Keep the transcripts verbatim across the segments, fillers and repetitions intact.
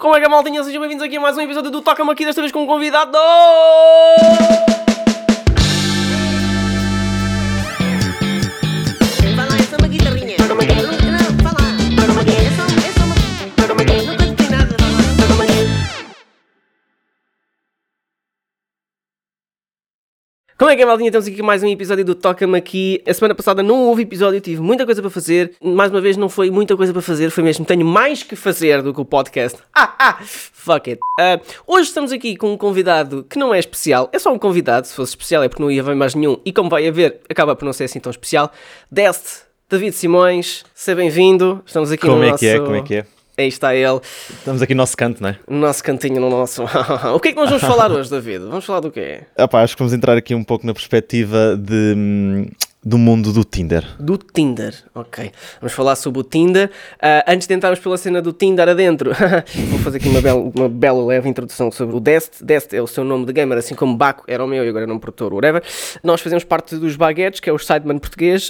Como é que a maltinha? Sejam bem-vindos aqui a mais um episódio do Toca-me Aqui, desta vez com um convidado. Vai lá, é só uma guitarrinha. Não, não, vai lá. É só, é só uma... Nunca te tem nada, vai lá. Como é que é, maltinha? Estamos aqui com mais um episódio do Toca-me Aqui. A semana passada não houve episódio, tive muita coisa para fazer. Mais uma vez, não foi muita coisa para fazer, foi mesmo, tenho mais que fazer do que o podcast. Ah, ah, fuck it. Uh, hoje estamos aqui com um convidado que não é especial, é só um convidado. Se fosse especial é porque não ia haver mais nenhum, e como vai haver, acaba por não ser assim tão especial. Deste, David Simões, seja bem-vindo. Estamos aqui Como no é nosso... que é? Como é que é? Aí está ele, Estamos aqui no nosso canto, não é? no nosso cantinho, no nosso... O que é que nós vamos falar hoje, David? Vamos falar do quê? Ah, pá, acho que vamos entrar aqui um pouco na perspectiva de, hum, do mundo do Tinder. Do Tinder, ok. Vamos falar sobre o Tinder. Uh, antes de entrarmos pela cena do Tinder adentro, vou fazer aqui uma bela, uma bela leve introdução sobre o Dest. Dest é o seu nome de gamer, assim como Baco era o meu e agora é nome produtor, whatever. Nós fazemos parte dos Baguettes, que é o Sideman português.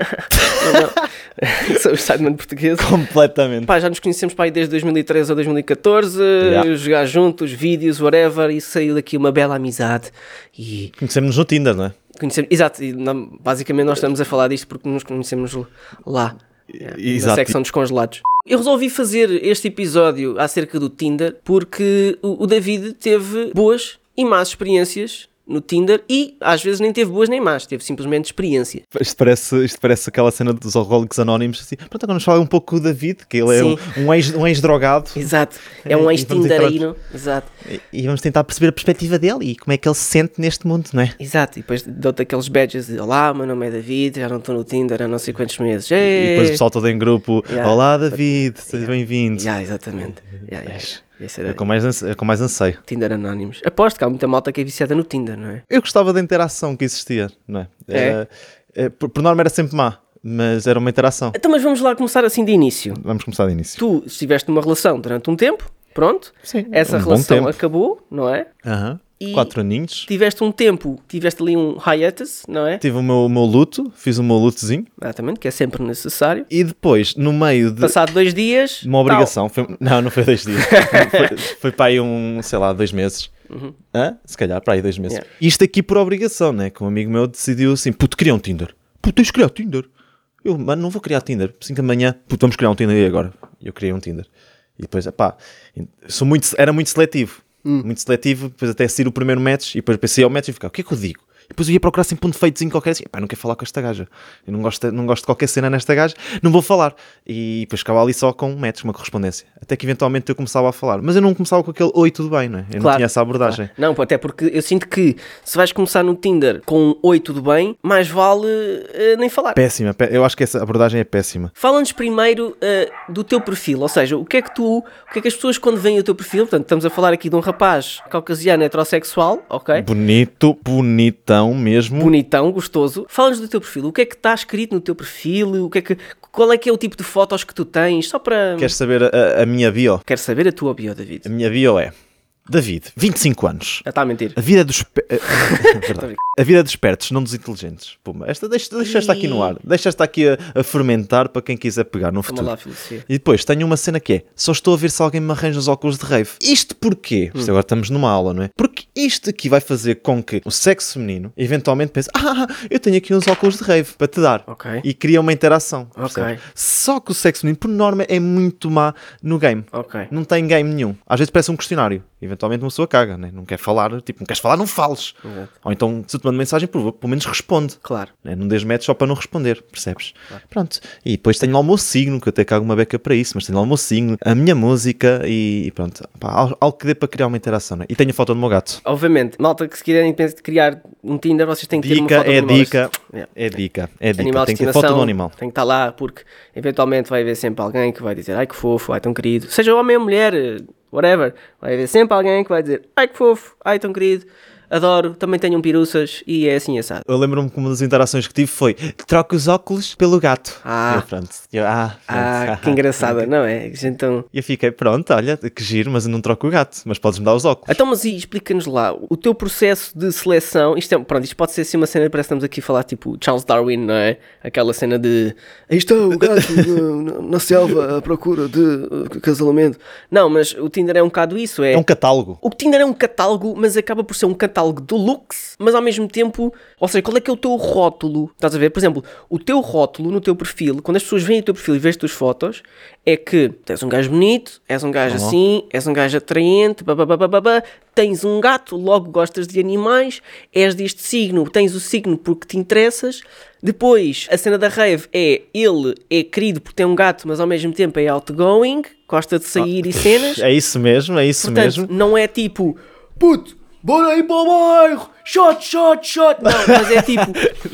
não, não. Sou o Sideman português. Completamente. Pá, já nos conhecemos pá, aí desde dois mil e treze ou dois mil e catorze, Yeah. jogar juntos, vídeos, whatever, e saiu daqui uma bela amizade. E... Conhecemos-nos no Tinder, não é? Conhecemos, exato, e não, basicamente nós estamos a falar disto porque nos conhecemos lá, yeah, na Exato. secção dos congelados. Eu resolvi fazer este episódio acerca do Tinder porque o, o David teve boas e más experiências no Tinder e às vezes nem teve boas nem más, teve simplesmente experiência. Isto parece, isto parece aquela cena dos alcoólicos anónimos. Assim. Pronto, agora vamos falar um pouco do David, que ele é um, um, ex, um ex-drogado. Exato, é um E vamos ex-tinderino, exato. E, e vamos tentar perceber a perspectiva dele e como é que ele se sente neste mundo, não é? Exato, e depois dou-te aqueles badges de olá, meu nome é David, já não estou no Tinder há não sei quantos meses. E Ei! depois o pessoal todo em grupo. Yeah. Olá, David, seja bem-vindo. Yeah, exatamente. Yeah, yeah. Esse era É com mais, anse- é com mais anseio. Tinder Anónimos. Aposto que há muita malta que é viciada no Tinder, não é? Eu gostava da interação que existia, não é? É? Era- é, por, por norma era sempre má, mas era uma interação. Então, mas vamos lá começar assim de início. Vamos começar de início. Tu estiveste numa relação durante um tempo, pronto. Sim, Essa um bom relação tempo. acabou, não é? Aham. E- Quatro aninhos. Tiveste um tempo, tiveste ali um hiatus, não é? Tive o meu, o meu luto, fiz o meu lutozinho. Exatamente, que é sempre necessário. E depois, no meio de Passado dois dias... uma obrigação, foi, não, não foi dois dias, foi, foi para aí um, sei lá, dois meses. Uhum. Hã? Se calhar, para aí dois meses. Yeah. Isto aqui por obrigação, né? Que um amigo meu decidiu assim, puto, cria um Tinder. Puto, tens de criar Tinder. Eu, mano, não vou criar Tinder. cinco da manhã, puto, vamos criar um Tinder aí agora. E eu criei um Tinder. E depois, pá, sou muito, era muito seletivo. Hum. Muito seletivo, depois até sair o primeiro match, e depois pensei ao match e ficar, o que é que eu digo? E depois eu ia procurar sempre um defeitozinho qualquer, assim, pá, não quero falar com esta gaja, eu não gosto, não gosto de qualquer cena nesta gaja, não vou falar. E depois ficava ali só com um match, uma correspondência. Até que eventualmente eu começava a falar, mas eu não começava com aquele oi, tudo bem, não é? Eu não tinha essa abordagem. Claro. Não, pô, até porque eu sinto que se vais começar no Tinder com um oi, tudo bem, mais vale eh, nem falar. Péssima, pé- eu acho que essa abordagem é péssima. Fala-nos primeiro eh, do teu perfil, ou seja, o que é que tu, o que é que as pessoas quando veem o teu perfil, portanto, estamos a falar aqui de um rapaz caucasiano heterossexual, ok? Bonito, bonitão mesmo. Bonitão, gostoso. Fala-nos do teu perfil, o que é que está escrito no teu perfil, o que é que, qual é que é o tipo de fotos que tu tens, só para... Queres saber a, a minha bio? Quero saber a tua bio, David. A minha bio é David, vinte e cinco anos. Já está a mentir. A vida dos pe- Verdade. A vida dos espertos, não dos inteligentes. Puma, esta deixa, deixa esta aqui no ar. Deixa esta aqui a, a fermentar para quem quiser pegar no Toma futuro. lá a filosofia. E depois tenho uma cena que é: só estou a ver se alguém me arranja os óculos de rave. Isto porquê? Hum. Isto agora estamos numa aula, não é? Porque isto aqui vai fazer com que o sexo feminino eventualmente pense: ah, eu tenho aqui uns óculos de rave para te dar. Ok. E cria uma interação. Ok. percebes? Só que o sexo feminino, por norma, é muito má no game. Ok. Não tem game nenhum. Às vezes parece um questionário. Eventualmente uma pessoa caga, né? Não quer falar. Tipo, não queres falar, não fales. Exato. Ou então, se eu te mando mensagem, pelo, pelo menos responde. Claro. Né? Não des match só para não responder, percebes? Pronto. E depois tenho lá o meu signo, que eu até cago uma beca para isso, mas tenho lá o meu signo, a minha música e, e pronto. Pá, algo, algo que dê para criar uma interação, né? E tenho a foto do meu gato. Obviamente, malta que se quiserem criar um Tinder, vocês têm que ter uma Dica foto é do meu- dica, Yeah. é dica, é dica. Animal de Tem que ter estimação, foto do animal. tem que estar lá, porque eventualmente vai haver sempre alguém que vai dizer ai que fofo, ai tão querido, seja homem ou mulher, whatever, vai haver sempre alguém que vai dizer ai que fofo, ai tão querido, adoro, também tenho um piruças e é assim assado. Eu lembro-me que uma das interações que tive foi troca os óculos pelo gato. Ah. E eu, pronto. Eu, ah, pronto. Ah, que engraçada, não é? Então... E eu fiquei, pronto, olha, que giro, mas eu não troco o gato, mas podes-me dar os óculos. Então, mas e explica-nos lá, o teu processo de seleção, isto é, pronto, isto pode ser assim uma cena, parece que estamos aqui a falar tipo Charles Darwin, não é? Aquela cena de, aí está o gato na, na selva à procura de uh, casalamento. Não, mas o Tinder é um bocado isso, é... É um catálogo. O Tinder é um catálogo, mas acaba por ser um catálogo deluxe, mas ao mesmo tempo, ou seja, qual é que é o teu rótulo? Estás a ver? Por exemplo, o teu rótulo no teu perfil, quando as pessoas veem o teu perfil e veem as tuas fotos, é que tens um gajo bonito, és um gajo Uhum. assim, és um gajo atraente, bababababá, tens um gato, logo gostas de animais, és deste signo, tens o signo porque te interessas. Depois, a cena da rave é, ele é querido porque tem um gato, mas ao mesmo tempo é outgoing, gosta de sair e cenas. É isso mesmo, é isso Portanto, mesmo. não é tipo, puto, bora aí para o bairro, shot, shot, shot. Não, mas é tipo,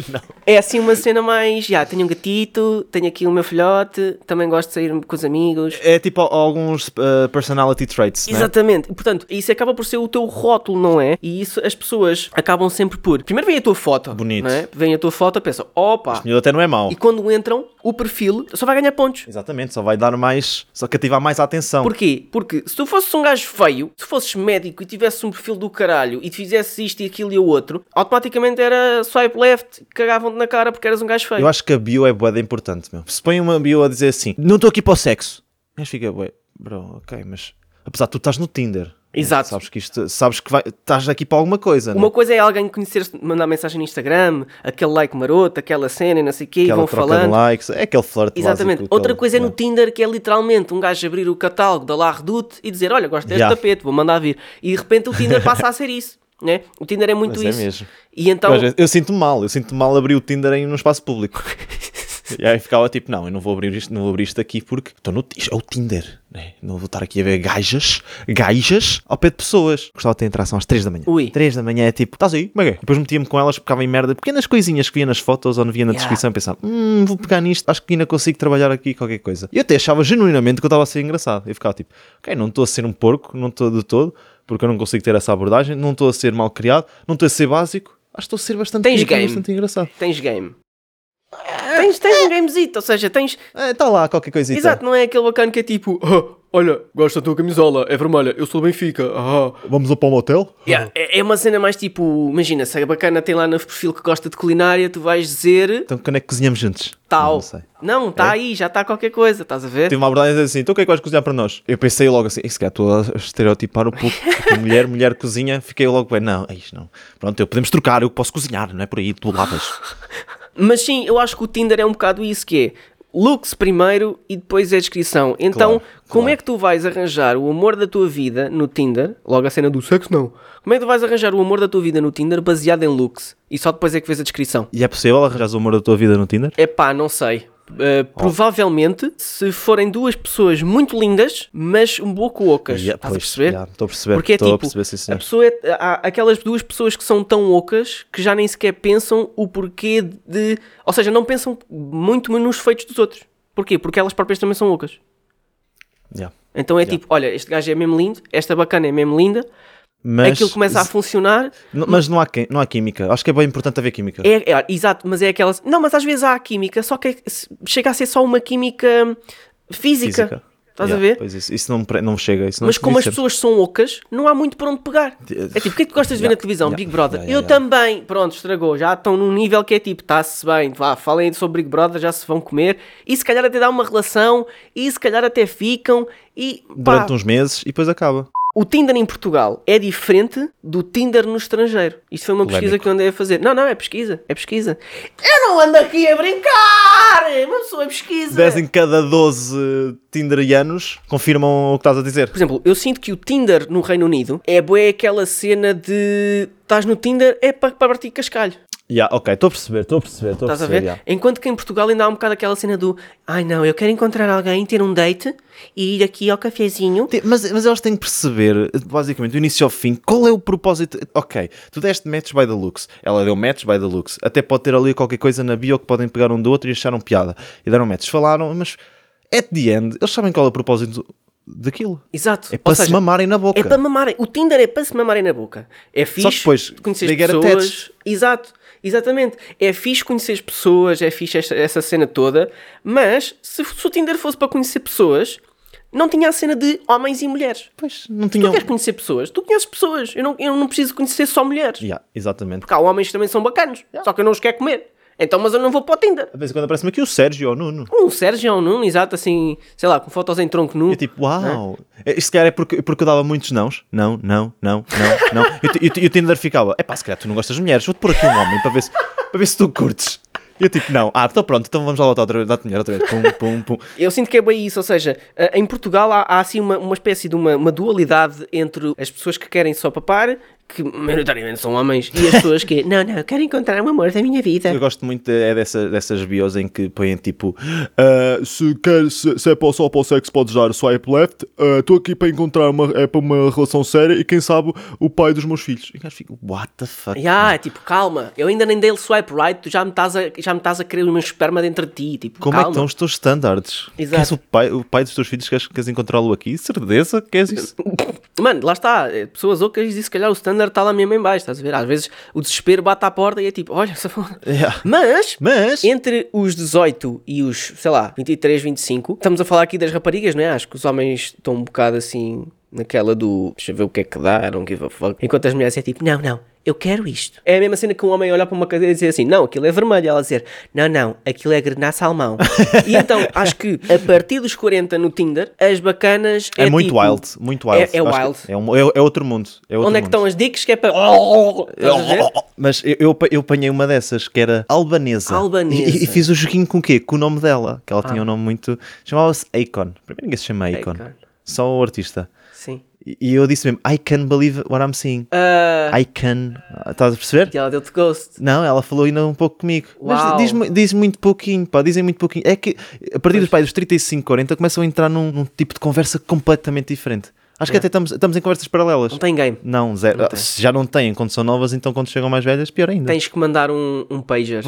é assim uma cena mais, já, tenho um gatito, tenho aqui o meu filhote, também gosto de sair com os amigos. É tipo alguns uh, personality traits, né? Exatamente, e, portanto, isso acaba por ser o teu rótulo, não é? E isso as pessoas acabam sempre por, primeiro vem a tua foto, Bonito. não é? Vem a tua foto, pensam, opa, O até não é mau. e quando entram, o perfil só vai ganhar pontos. Exatamente, só vai dar mais, só cativar mais a atenção. Porquê? Porque se tu fosses um gajo feio, se fosses médico e tivesses um perfil do caralho e te fizesses isto e aquilo e o outro, automaticamente era swipe left, cagavam-te na cara porque eras um gajo feio. Eu acho que a bio é bué da importante, meu. Se põe uma bio a dizer assim, não estou aqui para o sexo. Mas fica, bué, bro, ok, mas apesar de tu estás no Tinder. Exato. Sabes que isto, sabes que vai, estás aqui para alguma coisa, Uma né? coisa é alguém conhecer-se, mandar mensagem no Instagram, aquele like maroto, aquela cena e não sei o quê, e Aquela vão troca falando. de likes, é aquele flirt Exatamente. básico, Outra aquele- coisa é no yeah. Tinder, que é literalmente um gajo abrir o catálogo da La Redoute e dizer, olha, gosto deste Yeah. tapete, vou mandar vir. E de repente o Tinder passa a ser isso, né? O Tinder é muito Mas é isso. mesmo. E então... Eu, às vezes- eu sinto-me mal, eu sinto-me mal abrir o Tinder em um espaço público. E aí ficava tipo, não, eu não vou abrir isto, não vou abrir isto aqui porque estou no isto é o Tinder, né? Não vou estar aqui a ver gajas, gajas ao pé de pessoas. Gostava de ter interação às três da manhã. Ui. três da manhã é tipo, estás aí? Como é que é? Depois metia-me com elas, ficava em merda, pequenas coisinhas que via nas fotos ou não via na Yeah. descrição e pensava, hum, vou pegar nisto, acho que ainda consigo trabalhar aqui qualquer coisa. E eu até achava genuinamente que eu estava a ser engraçado. Eu ficava tipo, ok, não estou a ser um porco, não estou de todo, porque eu não consigo ter essa abordagem, não estou a ser mal criado, não estou a ser básico, acho que estou a ser bastante, Tens game. bastante engraçado. Tens game. Tens, tens um gamezito, ou seja, tens... Está lá qualquer coisita. Exato, não é aquele bacana que é tipo, "Ah, olha, gosto da tua camisola, é vermelha, eu sou do Benfica, ah." Vamos ao para um motel? Yeah, é é uma cena mais tipo, imagina, se a bacana tem lá no perfil que gosta de culinária, tu vais dizer Então quando é que cozinhamos juntos? tal. Não sei. Não, está aí, já está qualquer coisa, estás a ver? Tive uma abordagem assim, então o que é que vais cozinhar para nós? Eu pensei logo assim, isso que estou a estereotipar um pouco, porque mulher, mulher cozinha, fiquei logo, bem, não, é isto não. Pronto, eu podemos trocar, eu posso cozinhar, não é por aí, tu lavas. Mas sim, eu acho que o Tinder é um bocado isso que é looks primeiro e depois é a descrição. Então, Claro, como claro. é que tu vais arranjar o amor da tua vida no Tinder? Logo a cena do sexo, não. Como é que tu vais arranjar o amor da tua vida no Tinder baseado em looks? E só depois é que vês a descrição. E é possível arranjares o amor da tua vida no Tinder? Epá, não sei. Uh, provavelmente, se forem duas pessoas muito lindas, mas um pouco ocas. Yeah, Estás a pois, perceber? yeah, Estou a perceber, Porque é estou tipo, a perceber, sim, a senhor. pessoa é, há aquelas duas pessoas que são tão ocas que já nem sequer pensam o porquê de... Ou seja, não pensam muito nos feitos dos outros. Porquê? Porque elas próprias também são ocas. Yeah. Então é Yeah. tipo, olha, este gajo é mesmo lindo, esta bacana é mesmo linda, Mas, aquilo começa a funcionar... N- mas não há, qui- não há química, acho que é bem importante haver química. É, é, exato, mas é aquelas... Não, mas às vezes há a química, só que é- chega a ser só uma química física. Física. Estás Yeah, a ver? Pois isso, isso não, me pre- não me chega. Isso não Mas como as devia ser. pessoas são ocas, não há muito por onde pegar. É tipo, o que é que tu gostas de ver Yeah, na televisão? yeah, Big Brother. yeah, Eu yeah, também. Pronto, estragou. Já estão num nível que é tipo, está-se bem, vá, falem sobre Big Brother, já se vão comer. E se calhar até dá uma relação, e se calhar até ficam, e pá, Durante uns meses e depois acaba. o Tinder em Portugal é diferente do Tinder no estrangeiro. Isto foi uma pesquisa Polémico. que eu andei a fazer. Não, não, é pesquisa. É pesquisa. Eu não ando aqui a brincar! Uma pessoa é pesquisa. dez em cada doze tinderianos confirmam o que estás a dizer. Por exemplo, eu sinto que o Tinder no Reino Unido é bué aquela cena de... Estás no Tinder, é para para partir cascalho. Yeah, ok, estou a perceber, estou a perceber, estou a Estás a perceber. ver? yeah. Enquanto que em Portugal ainda há um bocado aquela cena do ai não, eu quero encontrar alguém, ter um date e ir aqui ao cafezinho. Tem- Mas, mas eles têm que perceber, basicamente, do início ao fim, qual é o propósito. Ok, tu deste match by the looks, ela deu match by the looks, até pode ter ali qualquer coisa na bio que podem pegar um do outro e acharam piada e deram match. Falaram, mas at the end, eles sabem qual é o propósito daquilo. Exato. É para Ou se seja, mamarem na boca. É para mamarem. O Tinder é para se mamarem na boca. É fixe Só que depois, conhecer they as get pessoas. attached. Exato. Exatamente. É fixe conhecer as pessoas, é fixe esta, essa cena toda, mas se, se o Tinder fosse para conhecer pessoas, não tinha a cena de homens e mulheres. Pois, não Tu tinham... queres conhecer pessoas? Tu conheces pessoas. Eu não, eu não preciso conhecer só mulheres. Yeah, exatamente. Porque há homens que também são bacanos, só que eu não os quero comer. Então, mas eu não vou para o Tinder. De vez em quando aparece-me aqui o Sérgio ou o Nuno. Um Sérgio ou um Nuno, exato, assim, sei lá, com fotos em tronco nu. E eu tipo, uau. É? Isto se calhar é porque, porque eu dava muitos nãos. Não, não, não, não, não. E o- e o- e o Tinder ficava, é pá, se calhar tu não gostas de mulheres, vou-te pôr aqui um homem para ver se, para ver se tu curtes. E eu tipo, não, ah, então pronto, então vamos lá voltar outra vez, dá-te mulher outra vez. Pum, pum, pum. Eu sinto que é bem isso, ou seja, eh, em Portugal há, há assim uma, uma espécie de uma, uma dualidade entre as pessoas que querem só papar, que maioritariamente são homens, e as pessoas que, não, não, eu quero encontrar o amor da minha vida. Eu gosto muito de- é dessa, dessas bios em que põem tipo, "Ah, se, quer, se, se é para, só para o sexo podes dar swipe left, estou aqui para encontrar uma, é para uma relação séria e quem sabe o pai dos meus filhos." E o gajo fica, what the fuck? Yeah, é tipo, calma, eu ainda nem dei o swipe right, tu já me estás a, já me estás a querer o meu esperma dentro de ti, tipo, Como calma. é que estão os teus standards? Exato. Queres o pai, o pai dos teus filhos, queres, queres encontrá-lo aqui? Certeza? Queres isso? Mano, lá está, é, pessoas ocas e se calhar o standard está lá mesmo em baixo, estás a ver? Às vezes o desespero bate à porta e é tipo, olha, só... Yeah. Mas, Mas... entre os dezoito e os, sei lá, vinte e três, vinte e cinco, estamos a falar aqui das raparigas, não é? Acho que os homens estão um bocado assim, naquela do, deixa eu ver o que é que dá, I don't give a fuck. Enquanto as mulheres é tipo, não, não, eu quero isto. É a mesma cena que um homem olhar para uma cadeira e dizer assim, não, aquilo é vermelho. Ela dizer, não, não, aquilo é grená salmão. E então, acho que a partir dos quarenta no Tinder, as bacanas É, é, muito tipo, wild, muito wild. É, é Acho que wild. É, um- é- é outro mundo. É outro Onde é que mundo. estão as dicas que é para... Estás a ver? Mas eu, eu, eu apanhei uma dessas que era albanesa. Albanesa. E, e fiz o joguinho com o quê? Com o nome dela. Que ela tinha um nome muito. Chamava-se Akon. Primeiro ninguém se chama Akon. Akon. Só o artista. Sim. E, e eu disse mesmo: I can believe what I'm seeing. Ah, I can. Estás a perceber? e ela deu-te ghost. Não, ela falou ainda um pouco comigo. Uau. Mas diz, diz muito pouquinho, pá, dizem muito pouquinho. É que a partir dos, pá, dos trinta e cinco, quarenta começam a entrar num, num tipo de conversa completamente diferente. Acho que Yeah. até estamos, estamos em conversas paralelas. Não tem game. Não, zero. Não tem. Se já não têm quando são novas, então quando chegam mais velhas, pior ainda. Tens que mandar um, um pager.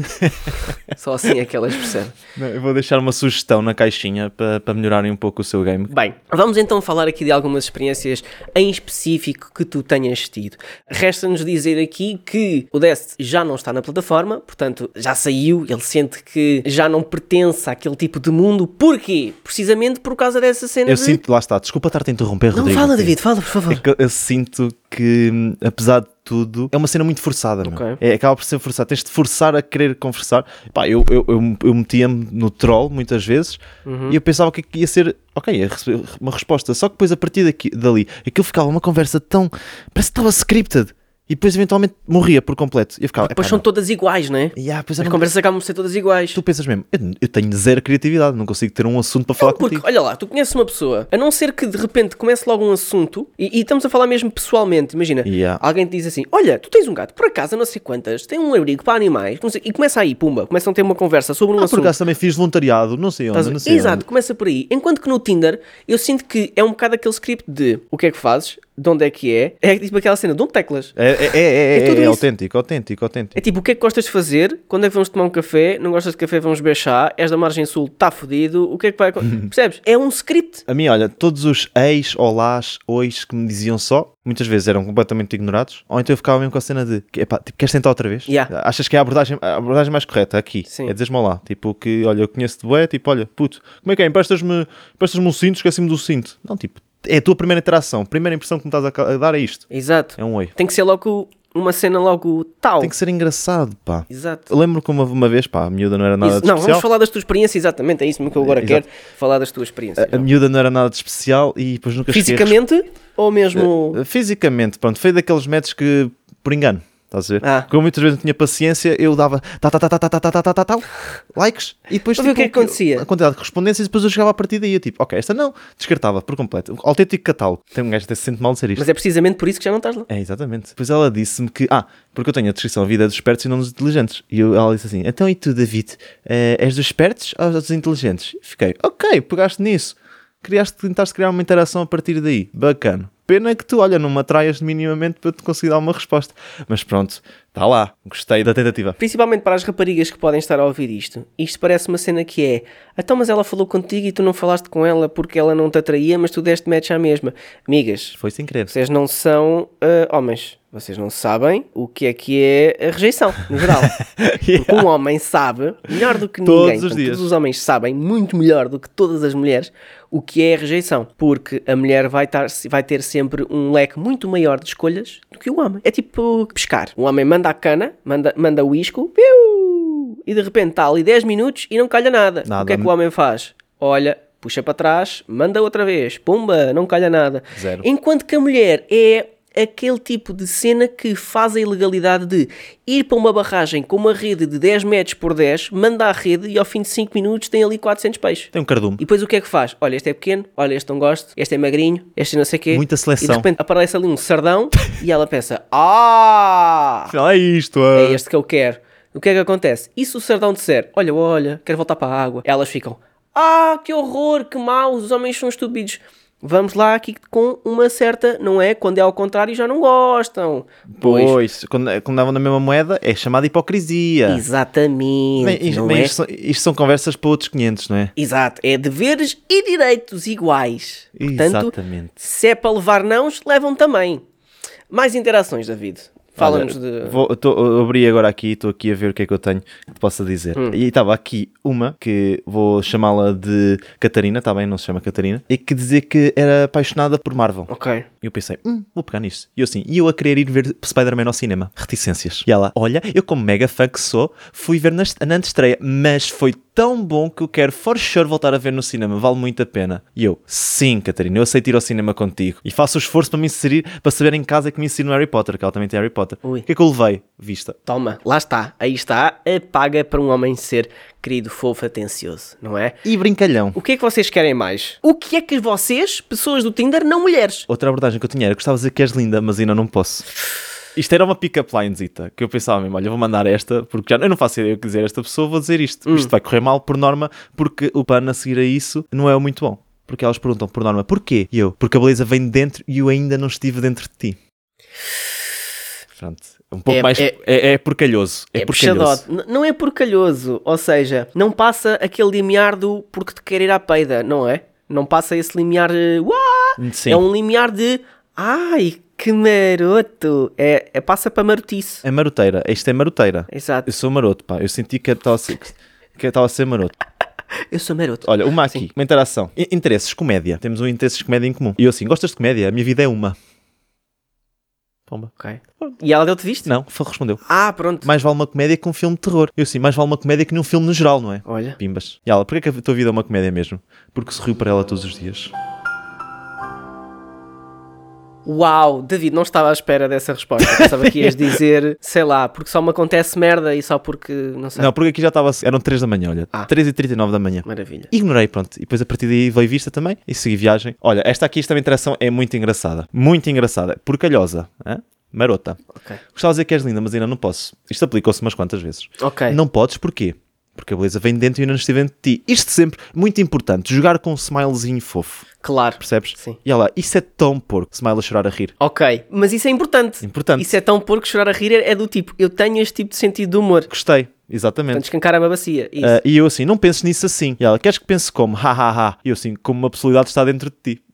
Só assim é que elas percebem. Não, eu vou deixar uma sugestão na caixinha para, para melhorarem um pouco o seu game. Bem, vamos então falar aqui de algumas experiências em específico que tu tenhas tido. Resta-nos dizer aqui que o Dest já não está na plataforma, portanto já saiu, ele sente que já não pertence àquele tipo de mundo. Porquê? Precisamente por causa dessa cena Eu de... sinto, lá está, desculpa estar-te a interromper, Não, Rodrigo. fala, David, fala, por favor. É que eu, eu sinto que, hum, apesar de tudo, é uma cena muito forçada, meu. Ok. É, acaba por ser forçada. Tens de forçar a querer conversar. Pá, eu, eu, eu, eu metia-me no troll muitas vezes Uhum. e eu pensava que ia ser, ok, ia receber uma resposta. Só que depois, a partir daqui, dali, aquilo ficava uma conversa tão... Parece que estava scripted. E depois, eventualmente, morria por completo. E eu ficava, Depois "Epá, são não." todas iguais, não é? Yeah, pois eu As não- conversas acabam por ser todas iguais. Tu pensas mesmo, eu, eu tenho zero criatividade, não consigo ter um assunto para falar Porque, contigo. olha lá, tu conheces uma pessoa, a não ser que de repente comece logo um assunto, e, e estamos a falar mesmo pessoalmente, imagina, Yeah. alguém te diz assim, olha, tu tens um gato, por acaso, não sei quantas, tem um abrigo para animais, não sei, e começa aí, pumba, começam a ter uma conversa sobre um Ah, por assunto. acaso também fiz voluntariado, não sei onde, Estás a ver? não sei Exato, onde. começa por aí. Enquanto que no Tinder, eu sinto que é um bocado aquele script de o que é que fazes, de onde é que é, é tipo aquela cena, de onde teclas. É, é, é, é, É tudo é, é isso. autêntico, autêntico, autêntico. É tipo, o que é que gostas de fazer? Quando é que vamos tomar um café? Não gostas de café? Vamos beber chá? És da margem sul? Está fodido? O que é que vai... Percebes? É um script. A mim, olha, todos os ex, olás, ois que me diziam só, muitas vezes eram completamente ignorados, ou então eu ficava mesmo com a cena de, que, epá, tipo, queres tentar outra vez? Yeah. Achas que é a abordagem, a abordagem mais correta aqui? Sim. É dizeres-me lá, tipo, que, olha, eu conheço-te bué, tipo, olha, puto, como é que é? Emprestas-me emprestas-me um cinto, esqueci-me do cinto. Não, tipo, é a tua primeira interação, a primeira impressão que me estás a, ca- a dar é isto. Exato. É um oi. Tem que ser logo uma cena logo tal. Tem que ser engraçado, pá. Exato. Eu lembro que uma, uma vez, pá, a miúda não era nada Isso- de não, especial. vamos falar das tuas experiências, exatamente, é isso mesmo que eu agora Exato. quero, falar das tuas experiências. A, a miúda não era nada de especial e depois nunca cheguei a Fisicamente ou mesmo... Uh, Fisicamente, pronto, foi daqueles métodos que, por engano, estás a ver? Ah. Como muitas vezes não tinha paciência, eu dava tá, tá, tá, tá, tá, tá, tá, tá, tá, tá, likes e depois Para ver o que é que acontecia. a quantidade de correspondências e depois eu chegava a partir daí, eu tipo, ok, esta não, descartava por completo. Autêntico catálogo. Tem um gajo que até se sente mal de ser isto. Mas é precisamente por isso que já não estás lá. É, exatamente. Depois ela disse-me que, ah, porque eu tenho a descrição a vida dos espertos e não dos inteligentes. E eu, ela disse assim, então e tu, David, eh, és dos espertos ou dos inteligentes? E fiquei, ok, pegaste nisso. Criaste, tentaste criar uma interação a partir daí. Bacana. Pena que tu, olha, não me atraias minimamente para te conseguir dar uma resposta. Mas pronto, Está lá, gostei da tentativa. Principalmente para as raparigas que podem estar a ouvir isto. Isto parece uma cena que é... Então, mas ela falou contigo e tu não falaste com ela porque ela não te atraía, mas tu deste match à mesma. Amigas, Foi sem querer. vocês não são ah, homens. Vocês não sabem o que é que é a rejeição, no geral. Porque um homem sabe, melhor do que Todos ninguém, os portanto, dias. todos os homens sabem, muito melhor do que todas as mulheres, o que é a rejeição. Porque a mulher vai, tar, vai ter sempre um leque muito maior de escolhas do que o homem. É tipo pescar. O homem manda a cana, manda, manda o isco, piu, e de repente está ali dez minutos e não calha nada. Nada. O que é que o homem faz? Olha... Puxa para trás, manda outra vez, pumba, não calha nada. Zero. Enquanto que a mulher é aquele tipo de cena que faz a ilegalidade de ir para uma barragem com uma rede de dez metros por dez, manda a rede e ao fim de cinco minutos tem ali quatrocentos peixes. Tem um cardume. E depois o que é que faz? Olha, este é pequeno, olha, este não gosto, este é magrinho, este não sei o quê. Muita seleção. E de repente aparece ali um sardão e ela pensa, ah, Afinal é isto. é ah. este que eu quero. O que é que acontece? E se o sardão disser, olha, olha, quero voltar para a água? Elas ficam, ah, que horror, que maus, os homens são estúpidos. Vamos lá aqui com uma certa, não é? Quando é ao contrário já não gostam. Pois, quando, quando davam na mesma moeda, é chamada hipocrisia. Exatamente, Bem, isto, não bem, é? isto, são, isto são conversas para outros quinhentos, não é? Exato, é deveres e direitos iguais. Portanto, Exatamente. se é para levar nãos, levam também. Mais interações, David. Fala-nos Olha, de... vou- eu tô- eu abri agora aqui, estou aqui a ver o que é que eu tenho que te possa dizer. Hum. E estava aqui uma, que vou chamá-la de Catarina, está bem, não se chama Catarina, e que dizia que era apaixonada por Marvel. Ok. E eu pensei, hum, vou pegar nisto. E eu assim, e eu a querer ir ver Spider-Man ao cinema. Reticências. E ela, olha, eu como mega fã que sou, fui ver na, est- na antestreia, mas foi tão bom que eu quero for sure voltar a ver no cinema, vale muito a pena. E eu, sim, Catarina, eu aceito ir ao cinema contigo. E faço o esforço para me inserir, para saber em casa que me ensino no Harry Potter, que ela também tem Harry Potter. Ui. O que é que eu levei? Vista. Toma, lá está. Aí está a paga para um homem ser querido, fofo, atencioso, não é? E brincalhão. O que é que vocês querem mais? O que é que vocês, pessoas do Tinder, não mulheres? Outra abordagem que eu tinha era, gostava de dizer que és linda, mas ainda não posso. Isto era uma pick-up linezita, que eu pensava mesmo, olha, vou mandar esta, porque já eu não faço ideia o que dizer a esta pessoa, vou dizer isto. Isto vai correr mal por norma, porque o pano a seguir a isso não é muito bom. Porque elas perguntam por norma, porquê? E eu, porque a beleza vem de dentro e eu ainda não estive dentro de ti. Pronto, um pouco É- mais, é- é, é porcalhoso. É, É porcalhoso. puxadote. N- Não é porcalhoso, ou seja, não passa aquele limiar do porque te quer ir à peida, não é? Não passa esse limiar de "Uá!" Sim. É um limiar de ai, que maroto. É, é passa para marotice. É maroteira, isto é maroteira. Exato. Eu sou maroto, pá, eu senti que estava a ser, que estava a ser maroto. Eu sou maroto. Olha, uma aqui, uma interação. I- Interesses, comédia. Temos um interesses de comédia em comum. E eu assim, gostas de comédia? A minha vida é uma. Pomba. Ok. E ela deu-te visto? Não, foi- respondeu. Ah, pronto. Mais vale uma comédia que um filme de terror. Eu assim, mais vale uma comédia que num filme no geral, não é? Olha. Pimbas. E ela, porquê que a tua vida é uma comédia mesmo? Porque sorriu para ela todos os dias. Uau, David, não estava à espera dessa resposta. Pensava que ias dizer, sei lá, porque só me acontece merda e só porque, não sei. Não, porque aqui já estava, eram três da manhã, olha. Ah. três e trinta e nove da manhã. Maravilha. Ignorei, pronto. E depois a partir daí veio vista também e segui viagem. Olha, esta aqui, esta interação é muito engraçada. Muito engraçada. Porcalhosa. Hã? Marota. Ok. Gostava de dizer que és linda, mas ainda não posso. Isto aplicou-se umas quantas vezes. Ok. Não podes, porquê? Porque a beleza vem de dentro e ainda não estive dentro de ti. Isto sempre, muito importante. Jogar com um smilezinho fofo. Claro. Percebes? Sim. E olha lá, isso é tão porco. Smile a chorar a rir. Ok, mas isso é importante. Importante. Isso é tão porco que chorar a rir é, é do tipo, eu tenho este tipo de sentido de humor. Gostei. Exatamente. Portanto, escancar a bacia. Isso. Ah, e eu assim, não penses nisso assim. E ela, queres que pense como? Ha, ha, ha. E eu assim, como uma possibilidade está dentro de ti.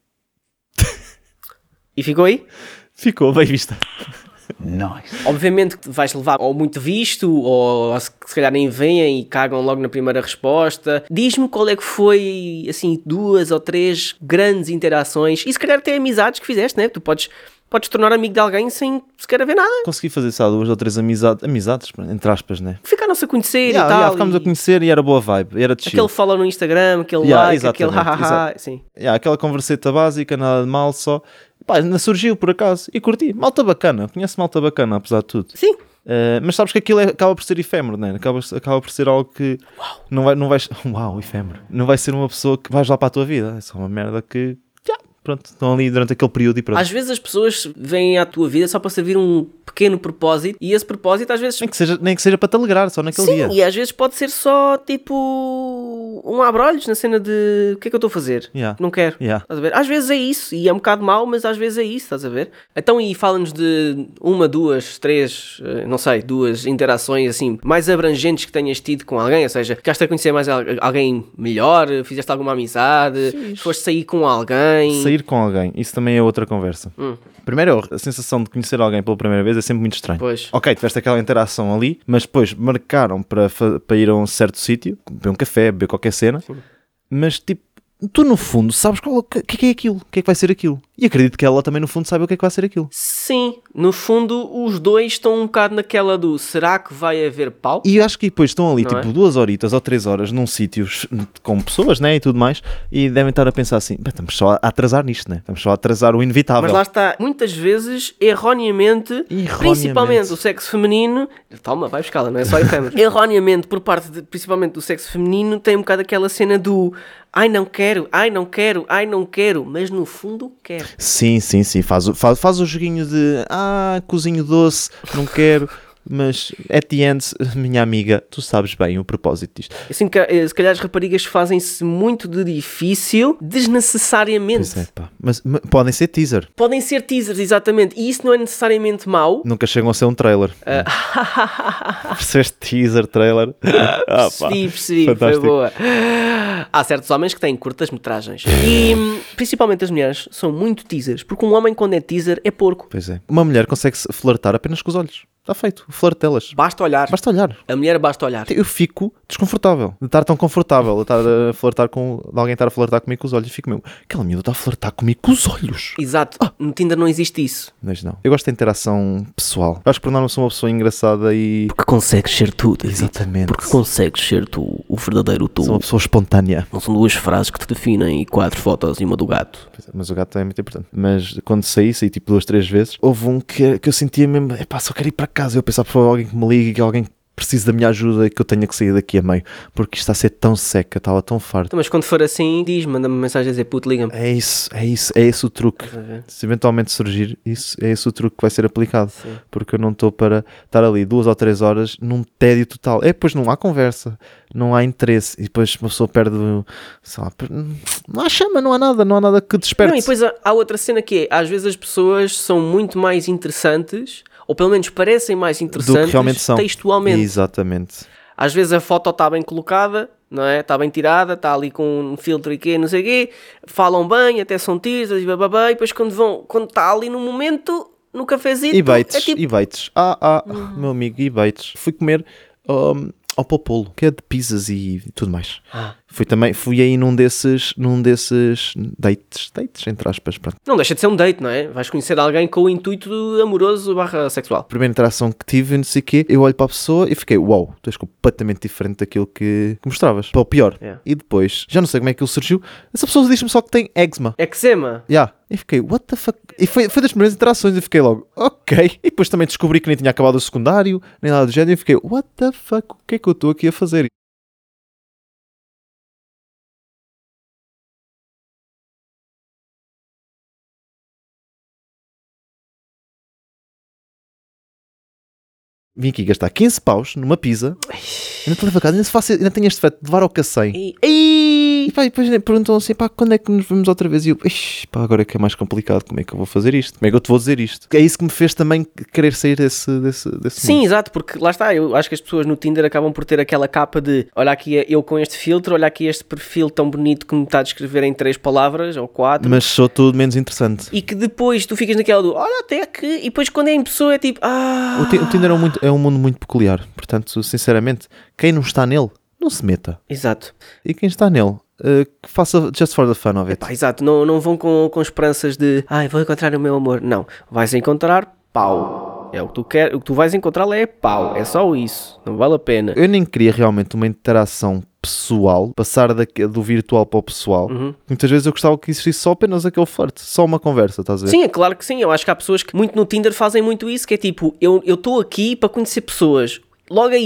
E ficou aí? Ficou bem vista. Obviamente que vais levar ou muito visto, ou se se calhar nem veem e cagam logo na primeira resposta. Diz-me qual é que foi, assim, duas ou três grandes interações, e se calhar até amizades que fizeste, né? Tu podes, podes tornar amigo de alguém sem sequer haver nada. Consegui fazer, sabe, duas ou três amizades, amizades, entre aspas, né? Ficaram-se a conhecer Yeah, e tal. yeah, ficámos e a conhecer e era boa vibe, era de chill. aquele follow no Instagram, aquele Yeah, like, aquele exatamente, hahaha, exato. sim. Yeah, aquela converseta básica, nada de mal, só. Pá, ainda surgiu por acaso e curti. Malta bacana, conheço malta bacana, apesar de tudo. Sim. Uh, mas sabes que aquilo é- acaba por ser efêmero, né? acaba, acaba por ser algo que não vai, não vais. Uau, efêmero. Não vai ser uma pessoa que vais lá para a tua vida. É só uma merda que. Já, pronto, estão ali durante aquele período e pronto. Às vezes as pessoas vêm à tua vida só para servir um pequeno propósito e esse propósito às vezes... Nem que seja, nem que seja para te alegrar, só naquele Sim, dia. e às vezes pode ser só tipo um abrolhos na cena de o que é que eu estou a fazer? Yeah. Não quero. Yeah. Estás a ver? Às vezes é isso e é um bocado mau, mas às vezes é isso, estás a ver? Então e fala-nos de uma, duas, três, eh, não sei, duas interações assim mais abrangentes que tenhas tido com alguém, ou seja, ficaste a conhecer mais al- alguém melhor, fizeste alguma amizade, Fiz. foste sair com alguém. Sair com alguém, isso também é outra conversa. Hum. Primeiro, a sensação de conhecer alguém pela primeira vez é sempre muito estranho. Pois. Ok, tiveste aquela interação ali, mas depois marcaram para, fa- para ir a um certo sítio, beber um café, beber qualquer cena, Sim. mas tipo, tu no fundo sabes qual, o que, que é que é aquilo, o que é que vai ser aquilo. E acredito que ela também no fundo saiba o que é que vai ser aquilo. Sim, no fundo os dois estão um bocado naquela do será que vai haver pau? E eu acho que depois estão ali Não tipo é? duas horitas ou três horas num sítio com pessoas, né, e tudo mais, e devem estar a pensar assim, "Bem, estamos só a atrasar nisto, né? Estamos só a atrasar o inevitável." Mas lá está, muitas vezes, erroneamente, Erroneamente. principalmente o sexo feminino, toma, vai buscá-la, não é só efêmero. Erroneamente, por parte de, principalmente do sexo feminino, tem um bocado aquela cena do ai não quero, ai não quero, ai não quero, mas no fundo quero. Sim, sim, sim, faz, o- faz, faz o joguinho de ah, cozinho doce, não quero, mas at the end, minha amiga, tu sabes bem o propósito disto. Eu sinto que eh, se calhar as raparigas fazem-se muito de difícil desnecessariamente. Pois é, pá. Mas, mas podem ser teaser, Podem ser teasers, exatamente, e isso não é necessariamente mau. nunca chegam a ser um trailer. Percebeste teaser, trailer? Ah, pá. Percebi, percebi, foi Fantástico. boa. Há certos homens que têm curtas-metragens. E hum, principalmente as mulheres são muito teasers, porque um homem quando é teaser é porco. Pois é. Uma mulher consegue flertar apenas com os olhos. Está feito, o flirt delas. Basta olhar. Basta olhar. A mulher basta olhar. Eu fico desconfortável de estar tão confortável, de estar a flertar com, de alguém estar a flertar comigo com os olhos. Eu fico mesmo, aquela miúda está a flertar comigo com os olhos. Exato. No Tinder não existe isso. Mas não. Eu gosto da interação pessoal. Eu acho que por norma sou uma pessoa engraçada e... Porque consegues ser tu, David. Exatamente. Porque consegues ser tu, o verdadeiro tu. Sou uma pessoa espontânea. Não são duas frases que te definem e quatro fotos e uma do gato. Mas o gato também é muito importante. Mas quando saí, saí tipo duas, três vezes, houve um que, que eu sentia mesmo, epá, só quero ir para casa. Eu pensava, por favor, alguém que me ligue, que alguém precise da minha ajuda e que eu tenha que sair daqui a meio. Porque isto está a ser tão seca, estava tão farto. Então, mas quando for assim, diz, manda-me mensagem a dizer, puto, liga-me. É isso, é isso, é esse o truque. Estás a ver? Se eventualmente surgir, isso é esse o truque que vai ser aplicado. Sim. Porque eu não estou para estar ali duas ou três horas num tédio total. É, depois não há conversa, não há interesse. E depois uma pessoa perde, sei lá, per- não há chama, não há nada, não há nada que desperte. Não, e depois há, há outra cena que é, às vezes as pessoas são muito mais interessantes, ou pelo menos parecem mais do interessantes que realmente são. textualmente. Exatamente. Às vezes a foto está bem colocada, não é? Está bem tirada, está ali com um filtro e quê, não sei o quê, falam bem, até são teasers e bababá, e depois quando vão, quando está ali no momento, no cafezinho, E baites, é tipo, e baites. Ah, ah, meu amigo, e baites. Fui comer um, ao Popolo, que é de pizzas e tudo mais. Ah. Fui também, fui aí num desses, num desses dates, dates, entre aspas, pronto. não deixa de ser um date, não é? Vais conhecer alguém com o intuito amoroso barra sexual. Primeira interação que tive, não sei o quê, eu olho para a pessoa e fiquei, uau, tu és completamente diferente daquilo que, que mostravas. Para o pior. Yeah. E depois, já não sei como é que ele surgiu, essa pessoa diz-me só que tem eczema. Eczema. Yeah. E fiquei, what the fuck? E foi, foi das primeiras interações e fiquei logo, ok. E depois também descobri que nem tinha acabado o secundário, nem nada do género, e fiquei, what the fuck? O que é que eu estou aqui a fazer? Vim aqui gastar quinze paus numa pizza, ainda te levo a casa, ainda, se faço, ainda tenho este feto de levar ao cacém. E, e... E pá, e depois perguntam assim, pá, quando é que nos vemos outra vez? E eu, ixi, pá, agora é que é mais complicado, como é que eu vou fazer isto? Como é que eu te vou dizer isto? É isso que me fez também querer sair desse, desse, desse Sim, mundo. exato, porque lá está, eu acho que as pessoas no Tinder acabam por ter aquela capa de olha aqui eu com este filtro, olha aqui este perfil tão bonito que me está a descrever em três palavras ou quatro. Mas sou tudo menos interessante. E que depois tu ficas naquela do olha até que, e depois quando é em pessoa é tipo ah... O, Ti- o Tinder é um, muito, é um mundo muito peculiar, portanto, sinceramente, quem não está nele, não se meta. Exato, E quem está nele, uh, que faça just for the fun of it. pá, exato, não, não vão com, com esperanças de ai vou encontrar o meu amor, não, vais encontrar pau, é o que tu queres, o que tu vais encontrar lá é pau, é só isso, não vale a pena. Eu nem queria realmente uma interação pessoal, passar da, do virtual para o pessoal. Uhum. Muitas vezes eu gostava que existisse só apenas aquele flerte, só uma conversa, estás a ver? Sim, é claro que sim, eu acho que há pessoas que muito no Tinder fazem muito isso, que é tipo, eu estou aqui para conhecer pessoas, logo aí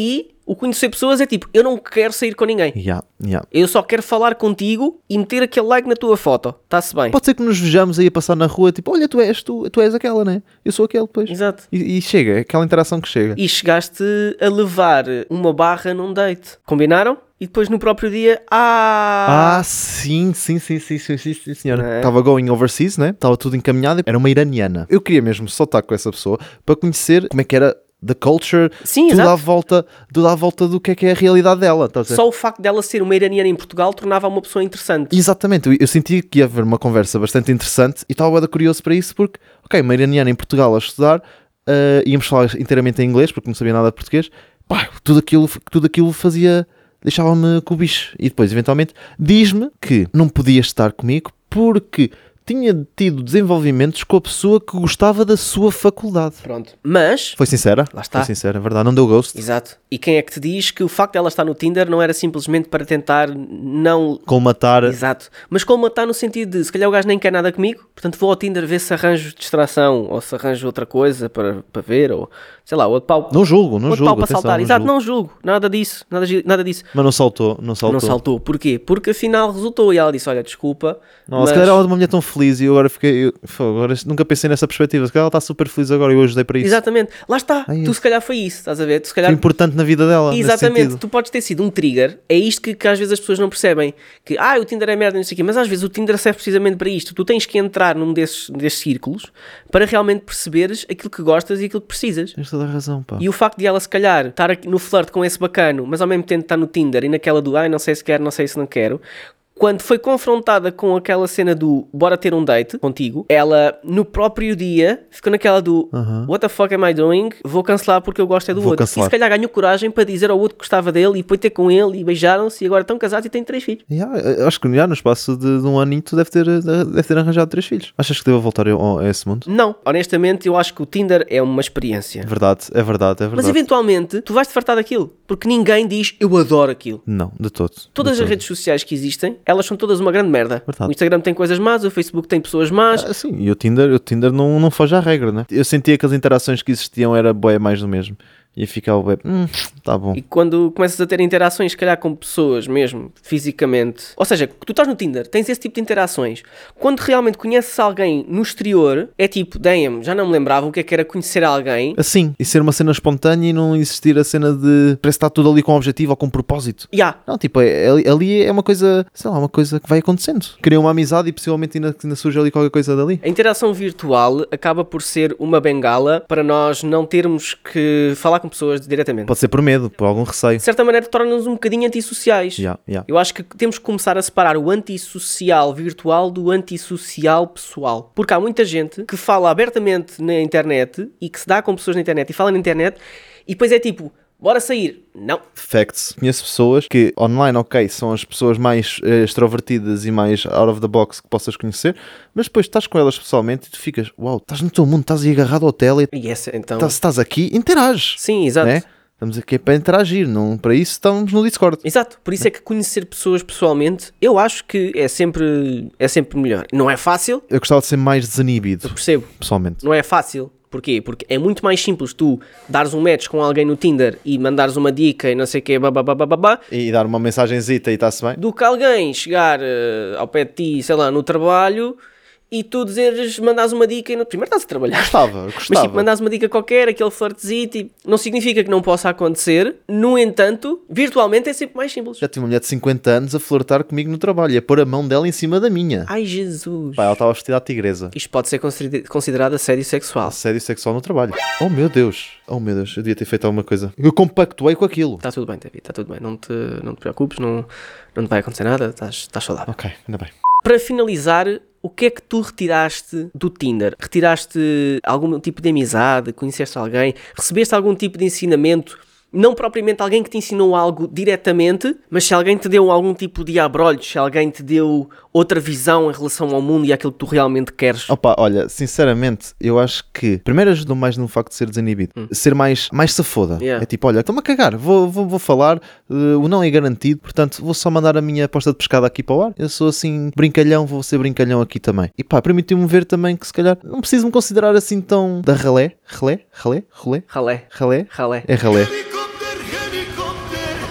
O conhecer pessoas é tipo, eu não quero sair com ninguém. Yeah, yeah. Eu só quero falar contigo e meter aquele like na tua foto. Está-se bem. Pode ser que nos vejamos aí a passar na rua, tipo, olha, tu és, tu, tu és aquela, né? Eu sou aquele, depois. Exato. E, e chega, é aquela interação que chega. E chegaste a levar uma barra num date. Combinaram? E depois no próprio dia, ah... Ah, sim, sim, sim, sim, sim, sim, sim senhora. Não é? Estava going overseas, né? Estava tudo encaminhado. Era uma iraniana. Eu queria mesmo só estar com essa pessoa para conhecer como é que era the culture, Sim, tudo exato. à volta, tudo à volta do que é que é a realidade dela. Estás a dizer? Só o facto dela ser uma iraniana em Portugal tornava uma pessoa interessante. Exatamente, eu, eu senti que ia haver uma conversa bastante interessante e estava bem curioso para isso porque, ok, uma iraniana em Portugal a estudar, uh, íamos falar inteiramente em inglês porque não sabia nada de português, pá, tudo aquilo, tudo aquilo fazia, deixava-me com o bicho. E depois, eventualmente, diz-me que não podia estar comigo porque tinha tido desenvolvimentos com a pessoa que gostava da sua faculdade. Pronto. Mas... Foi sincera? Lá está. Foi sincera, é verdade, não deu ghost. Exato. E quem é que te diz que o facto dela estar no Tinder não era simplesmente para tentar não... Colmatar. Exato. Mas colmatar no sentido de, se calhar o gajo nem quer nada comigo, portanto vou ao Tinder ver se arranjo distração, ou se arranjo outra coisa para, para ver, ou sei lá, outro pau... Não julgo, não outro julgo. pau para atenção, saltar. não Exato, julgo. não julgo. Nada disso. Nada, gi- nada disso. Mas não saltou, não saltou. Não saltou. Porquê? Porque afinal resultou. E ela disse, olha, desculpa, Não, mas... se calhar ela é uma mulher tão feliz e eu agora fiquei. Eu, Fô, agora nunca pensei nessa perspectiva. Se calhar ela está super feliz agora e eu ajudei para isso. Exatamente. Lá está. Ai, tu é. se calhar foi isso, estás a ver? Tu se calhar... Foi importante na vida dela. nesse Exatamente, sentido. tu podes ter sido um trigger. É isto que, que às vezes as pessoas não percebem. Que, ah, o Tinder é merda, não sei o quê. Mas às vezes o Tinder serve precisamente para isto. Tu tens que entrar num desses, desses círculos para realmente perceberes aquilo que gostas e aquilo que precisas. Tens toda a razão, pá. E o facto de ela se calhar estar aqui no flirt com esse bacano, mas ao mesmo tempo estar no Tinder e naquela do, ai, não sei se quero, não sei se não quero... Quando foi confrontada com aquela cena do bora ter um date contigo, ela no próprio dia ficou naquela do Uhum. what the fuck am I doing? Vou cancelar porque eu gosto é do Vou outro. cancelar. E se calhar ganhou coragem para dizer ao outro que gostava dele e depois ter com ele e beijaram-se e agora estão casados e têm três filhos. Yeah, eu acho que já no espaço de, de um aninho tu deve ter, deve ter arranjado três filhos. Achas que devo voltar a, a esse mundo? Não, honestamente eu acho que o Tinder é uma experiência. É verdade, é verdade, é Mas verdade. eventualmente tu vais-te fartar daquilo, porque ninguém diz eu adoro aquilo. Não, de todo. Todas de as todo. redes sociais que existem, elas são todas uma grande merda. Verdade. O Instagram tem coisas más, o Facebook tem pessoas más. Ah, sim, e o Tinder, o Tinder não, não foge à regra, né? Eu sentia que as interações que existiam era bué mais do mesmo. E ficava bué, hum, tá bom. E quando começas a ter interações, se calhar com pessoas mesmo, fisicamente... Ou seja, tu estás no Tinder, tens esse tipo de interações. Quando realmente conheces alguém no exterior, é tipo, damn, já não me lembrava o que é que era conhecer alguém. Assim, e ser uma cena espontânea e não existir a cena de parece que está tudo ali com objetivo ou com propósito. Ya, Não, tipo, é, ali, ali é uma coisa, sei lá, uma coisa que vai acontecendo. Cria uma amizade e possivelmente ainda, ainda surge ali qualquer coisa dali. a interação virtual acaba por ser uma bengala para nós não termos que falar com pessoas diretamente. Pode ser por medo, por algum receio. De certa maneira, torna-nos um bocadinho antissociais. Yeah, yeah. Eu acho que temos que começar a separar o antissocial virtual do antissocial pessoal. Porque há muita gente que fala abertamente na internet e que se dá com pessoas na internet e fala na internet e depois é tipo, bora sair. Não. Facts. Conheço pessoas que online, ok, são as pessoas mais eh, extrovertidas e mais out of the box que possas conhecer, mas depois estás com elas pessoalmente e tu ficas, uau, estás no teu mundo, estás aí agarrado ao tele, E essa, então... estás, estás aqui, interages. Sim, exato. Né? Estamos aqui para interagir, não, para isso estamos no Discord. Exato, por isso é que conhecer pessoas pessoalmente, eu acho que é sempre, é sempre melhor. Não é fácil, Eu gostava de ser mais desinibido, percebo. pessoalmente. Não é fácil. Porquê? Porque é muito mais simples tu dares um match com alguém no Tinder e mandares uma dica e não sei o que, babá, E dar uma mensagenzita e está-se bem. do que alguém chegar uh, ao pé de ti, sei lá, no trabalho e tu dizeres, mandares uma dica e no... primeiro estás a trabalhar. Gostava, Mas gostava. tipo, mandares uma dica qualquer, aquele flirtzito, e não significa que não possa acontecer. No entanto, virtualmente é sempre mais simples. Já tinha uma mulher de cinquenta anos a flertar comigo no trabalho e a pôr a mão dela em cima da minha. Ai, Jesus. Pá, ela estava vestida à tigresa. Isto pode ser consider- considerado assédio sexual. Assédio sexual no trabalho. Oh meu Deus, oh meu Deus, eu devia ter feito alguma coisa. Eu compactuei com aquilo. Está tudo bem, David, está tudo bem. Não te, não te preocupes, não, não te vai acontecer nada, estás, estás saudável. Ok, ainda bem. Para finalizar, o que é que tu retiraste do Tinder? Retiraste algum tipo de amizade? Conheceste alguém? Recebeste algum tipo de ensinamento? Não propriamente alguém que te ensinou algo diretamente, mas se alguém te deu algum tipo de abrolhos, se alguém te deu outra visão em relação ao mundo e àquilo que tu realmente queres. Opa, olha, sinceramente, eu acho que primeiro ajudou mais no facto de ser desinibido. Ser mais, mais safoda. Yeah. É tipo, olha, estou-me a cagar, vou, vou, vou falar, uh, o não é garantido, portanto vou só mandar a minha aposta de pescada aqui para o ar. Eu sou assim, brincalhão, vou ser brincalhão aqui também. E pá, permitiu-me ver também que se calhar não preciso me considerar assim tão da ralé, ralé, ralé, rolé, Ralé. ralé, Ralé. é ralé.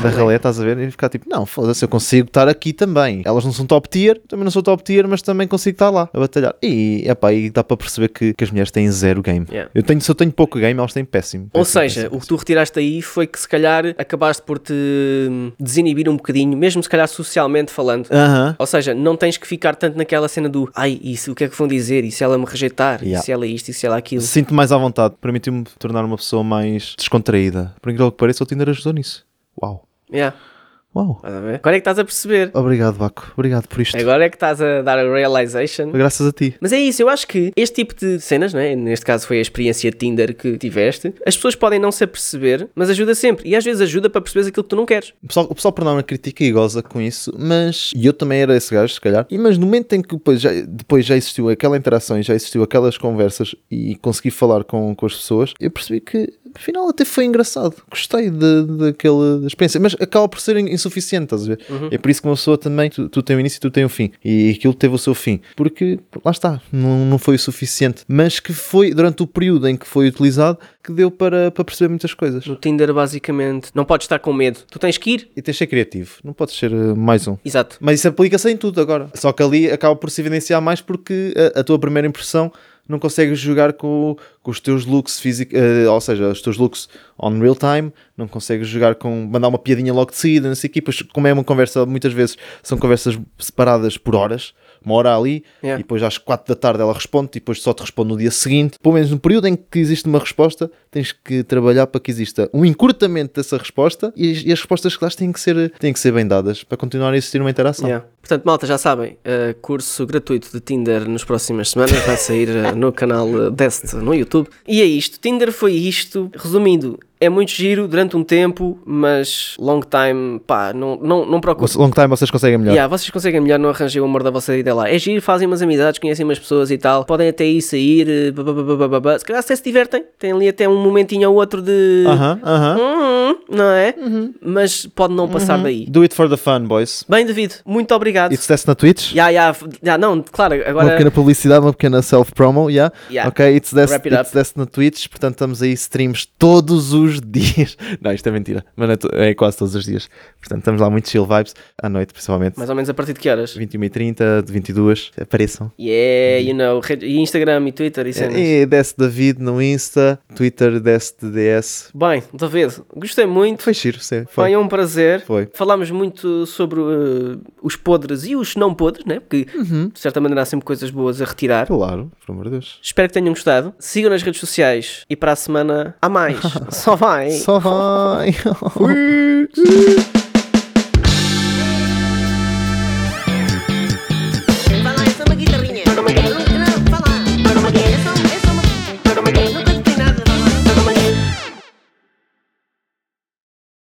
da ralé, estás a ver? E ficar tipo, não, foda-se, eu consigo estar aqui também. Elas não são top tier, também não sou top tier, mas também consigo estar lá a batalhar. E, epá, e dá para perceber que, que as mulheres têm zero game. Yeah. Eu tenho, se eu tenho pouco game, elas têm péssimo. Ou péssimo, seja, péssimo, o que tu retiraste aí foi que se calhar acabaste por te desinibir um bocadinho, mesmo se calhar socialmente falando. Aham. Ou seja, não tens que ficar tanto naquela cena do ai, isso, o que é que vão dizer? E se ela me rejeitar? Yeah. E se ela é isto? E se ela é aquilo? Sinto mais à vontade, permitiu-me tornar uma pessoa mais descontraída. Por incrível que pareça, o Tinder ajudou nisso. Uau. Yeah. Uau. Estás a ver? Agora é que estás a perceber. Obrigado, Baco. Obrigado por isto. Agora é que estás a dar a realization. Graças a ti. Mas é isso, eu acho que este tipo de cenas, né? Neste caso foi a experiência Tinder que tiveste, as pessoas podem não se aperceber, mas ajuda sempre. E às vezes ajuda para perceberes aquilo que tu não queres. O pessoal, o pessoal por norma critica e goza com isso, mas e eu também era esse gajo, se calhar. E, mas no momento em que depois já, depois já existiu aquela interação e já existiu aquelas conversas e consegui falar com, com as pessoas, eu percebi que afinal até foi engraçado. Gostei de, daquela da experiência, mas acaba por ser insuficiente, estás a ver? Uhum. É por isso que uma pessoa também, tu, tu tem o início e tu tem o fim. E aquilo teve o seu fim. Porque, lá está, não, não foi o suficiente. Mas que foi, durante o período em que foi utilizado, que deu para, para perceber muitas coisas. No Tinder, basicamente, não podes estar com medo. Tu tens que ir. E tens de ser criativo. Não podes ser uh, mais um. Exato. Mas isso aplica-se em tudo agora. Só que ali acaba por se evidenciar mais porque a, a tua primeira impressão não consegues jogar com, com os teus looks físicos, uh, ou seja, os teus looks on real time, não consegues jogar com, mandar uma piadinha logo de seguida, não sei o quê, pois como é uma conversa, muitas vezes são conversas separadas por horas, uma hora ali, Yeah. e depois às quatro da tarde ela responde, e depois só te responde no dia seguinte. Pelo menos no período em que existe uma resposta, tens que trabalhar para que exista um encurtamento dessa resposta, e as, e as respostas que dás têm que ser, têm que ser bem dadas, para continuar a existir uma interação. Yeah. Portanto, malta, já sabem, uh, curso gratuito de Tinder nas próximas semanas vai sair uh, no canal uh, Dest no YouTube. E é isto, Tinder foi isto. Resumindo, é muito giro durante um tempo, mas long time, pá, não, não, não procuro. Long time vocês conseguem melhor. Yeah, vocês conseguem melhor, não arranjem o amor da vossa vida lá. É giro, fazem umas amizades, conhecem umas pessoas e tal, podem até ir sair, babababababa. Se calhar até se divertem, tem ali até um momentinho ou outro de... Aham, aham. Hum, não é? Mas pode não passar daí. Do it for the fun, boys. Bem, David, muito obrigado. It's Dest na Twitch. Já, já, já, não, claro, Uma agora... pequena publicidade, uma pequena self-promo, yeah. Yeah. Ok, It's Dest, Wrap it up. It's Dest na Twitch, portanto estamos aí streams todos os dias. Não, isto é mentira, mas é, to- é quase todos os dias. Portanto estamos lá muito chill vibes, à noite principalmente. Mais ou menos a partir de que horas? vinte e uma e trinta, de vinte e duas, apareçam. Yeah, you know, rede- e Instagram e Twitter e cenas. E Dest David no Insta, Twitter Dest D S. Bem, David, gostei muito. Foi giro, sim, Foi foi. um prazer. Foi. Falámos muito sobre uh, os podres e os não podres, né? Porque Uhum. de certa maneira há sempre coisas boas a retirar. Claro, por amor de Deus. Espero que tenham gostado. Sigam nas redes sociais e para a semana há mais. Só vai. Só vai.